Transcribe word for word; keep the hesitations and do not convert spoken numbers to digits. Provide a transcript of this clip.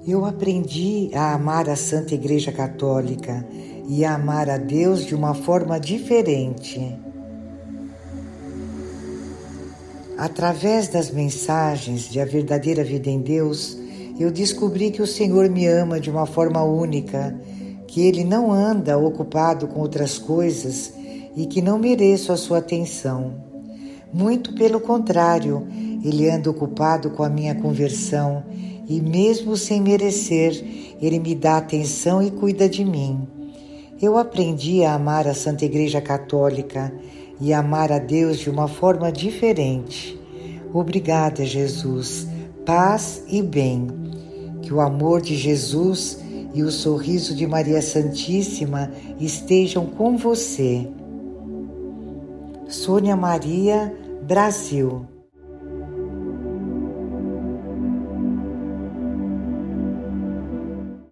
Eu aprendi a amar a Santa Igreja Católica e a amar a Deus de uma forma diferente. Através das mensagens de A Verdadeira Vida em Deus, eu descobri que o Senhor me ama de uma forma única, que Ele não anda ocupado com outras coisas e que não mereço a sua atenção. Muito pelo contrário, Ele anda ocupado com a minha conversão e mesmo sem merecer, Ele me dá atenção e cuida de mim. Eu aprendi a amar a Santa Igreja Católica e a amar a Deus de uma forma diferente. Obrigada, Jesus. Paz e bem. Que o amor de Jesus e o sorriso de Maria Santíssima estejam com você. Sônia Maria, Brasil.